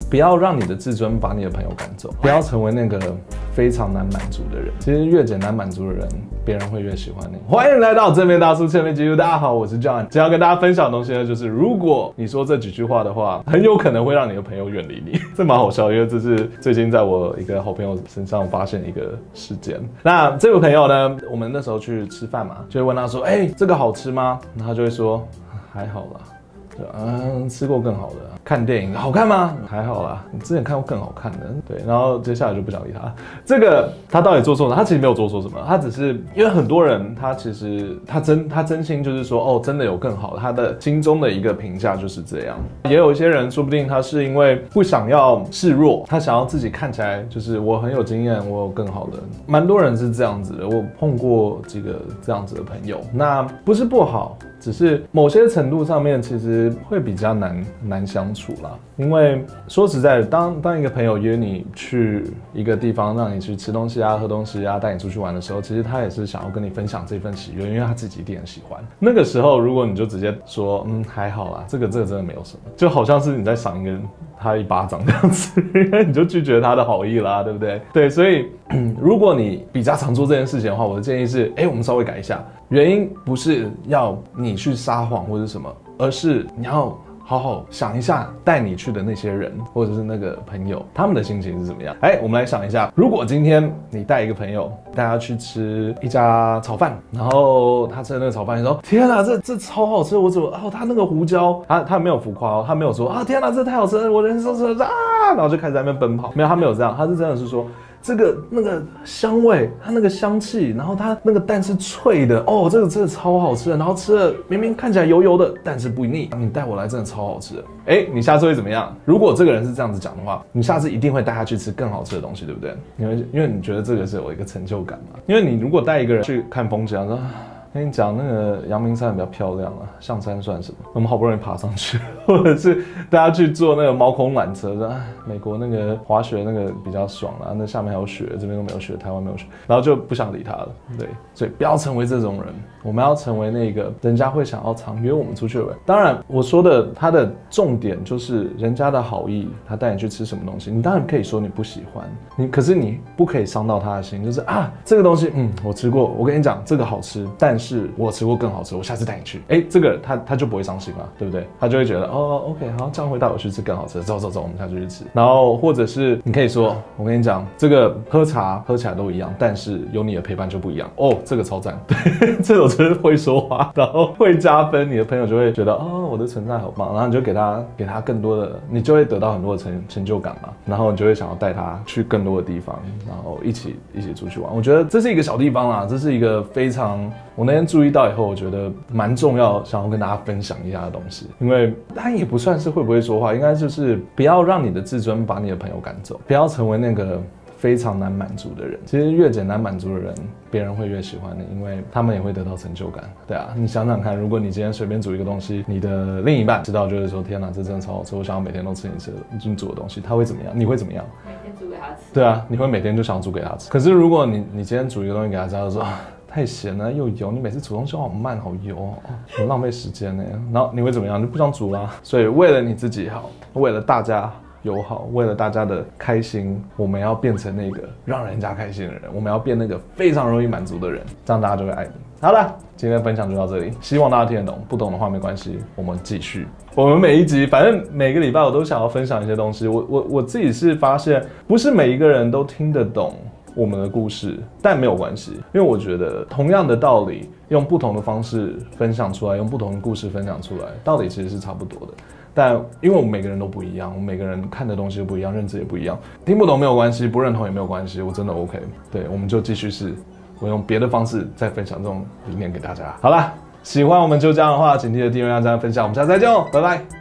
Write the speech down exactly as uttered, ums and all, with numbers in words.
不要让你的自尊把你的朋友赶走，不要成为那个非常难满足的人。其实越简单满足的人，别人会越喜欢你。欢迎来到正面大叔正面记录，大家好，我是 John。今天要跟大家分享的东西呢，就是如果你说这几句话的话，很有可能会让你的朋友远离你。这蛮好笑，因为这是最近在我一个好朋友身上发现一个事件。那这位朋友呢，我们那时候去吃饭嘛，就会问他说：“哎、欸，这个好吃吗？”然后他就会说：“还好啦。”嗯，吃过更好的。看电影好看吗？还好啦，你之前看过更好看的。对，然后接下来就不想理他。这个他到底做错了？他其实没有做错什么，他只是因为很多人他其实他真他真心就是说哦，真的有更好的，他的心中的一个评价就是这样。也有一些人说不定他是因为不想要示弱，他想要自己看起来就是我很有经验，我有更好的。蛮多人是这样子的，我碰过几个这样子的朋友，那不是不好。只是某些程度上面，其实会比较难难相处啦。因为说实在的，当当一个朋友约你去一个地方，让你去吃东西啊、喝东西啊，带你出去玩的时候，其实他也是想要跟你分享这份喜悦，因为他自己一定很喜欢。那个时候，如果你就直接说，嗯，还好啦，这个这个真的没有什么，就好像是你在赏一个人他一巴掌这样子，因为你就拒绝他的好意啦，对不对？对，所以如果你比较常做这件事情的话，我的建议是，哎、欸，我们稍微改一下。原因不是要你去撒谎或者什么，而是你要好好想一下带你去的那些人或者是那个朋友，他们的心情是怎么样。哎，我们来想一下，如果今天你带一个朋友带他去吃一家炒饭，然后他吃的那个炒饭，你说天哪，这这超好吃，我怎么哦，他那个胡椒，他他没有浮夸哦，他没有说啊天哪，这太好吃了，我人生吃啊，然后就开始在那边奔跑，没有，他没有这样，他是真的是说。这个那个香味，它那个香气，然后它那个蛋是脆的哦，这个真的超好吃的。然后吃了明明看起来油油的，但是不腻。你带我来真的超好吃的。哎，你下次会怎么样？如果这个人是这样子讲的话，你下次一定会带他去吃更好吃的东西，对不对？因为因为你觉得这个是有一个成就感嘛。因为你如果带一个人去看风景，说。跟你讲，那个阳明山比较漂亮啊，象山算什么？我们好不容易爬上去，或者是大家去坐那个猫空缆车，说美国那个滑雪那个比较爽啦，那下面还有雪，这边都没有雪，台湾没有雪，然后就不想理他了。对，所以不要成为这种人，我们要成为那个人家会想要常约我们出去的人。当然，我说的他的重点就是人家的好意，他带你去吃什么东西，你当然可以说你不喜欢，你可是你不可以伤到他的心，就是啊这个东西，嗯，我吃过，我跟你讲这个好吃，但是是我吃过更好吃，我下次带你去。哎，这个他他就不会伤心了，对不对？他就会觉得哦 ，OK， 好，这样会带我去吃更好吃的，走走走，我们下去去吃。然后或者是你可以说，我跟你讲，这个喝茶喝起来都一样，但是有你的陪伴就不一样。哦，这个超赞，对，这种就是会说话，然后会加分，你的朋友就会觉得哦，我的存在好棒，然后你就给他给他更多的，你就会得到很多的成成就感嘛，然后你就会想要带他去更多的地方，然后一起一起出去玩。我觉得这是一个小地方啦，这是一个非常我那天注意到以后，我觉得蛮重要，想要跟大家分享一下的东西。因为他也不算是会不会说话，应该就是不要让你的自尊把你的朋友赶走，不要成为那个非常难满足的人。其实越简单满足的人，别人会越喜欢你，因为他们也会得到成就感。对啊，你想想看，如果你今天随便煮一个东西，你的另一半知道就是说，天哪，这真的超好吃，我想要每天都吃你吃你煮的东西，他会怎么样？你会怎么样？ 每天煮给他吃。 对啊，你会每天就想要煮给他吃。可是如果你你今天煮一个东西给他吃，他就说。太咸了，又油，你每次煮东西好慢，好油哦，很浪费时间呢。然后你会怎么样？你不想煮啦。所以为了你自己好，为了大家友好，为了大家的开心，我们要变成那个让人家开心的人，我们要变那个非常容易满足的人，这样大家就会爱你。好了，今天的分享就到这里，希望大家听得懂，不懂的话没关系，我们继续。我们每一集，反正每个礼拜我都想要分享一些东西。我我我自己是发现，不是每一个人都听得懂。我们的故事，但没有关系，因为我觉得同样的道理，用不同的方式分享出来，用不同的故事分享出来，道理其实是差不多的。但因为我们每个人都不一样，我们每个人看的东西都不一样，认知也不一样，听不懂没有关系，不认同也没有关系，我真的 OK。对，我们就继续是，我用别的方式再分享这种理念给大家。好啦，喜欢我们就这样的话，请记得订阅、按赞、分享，我们下次再见哦，拜拜。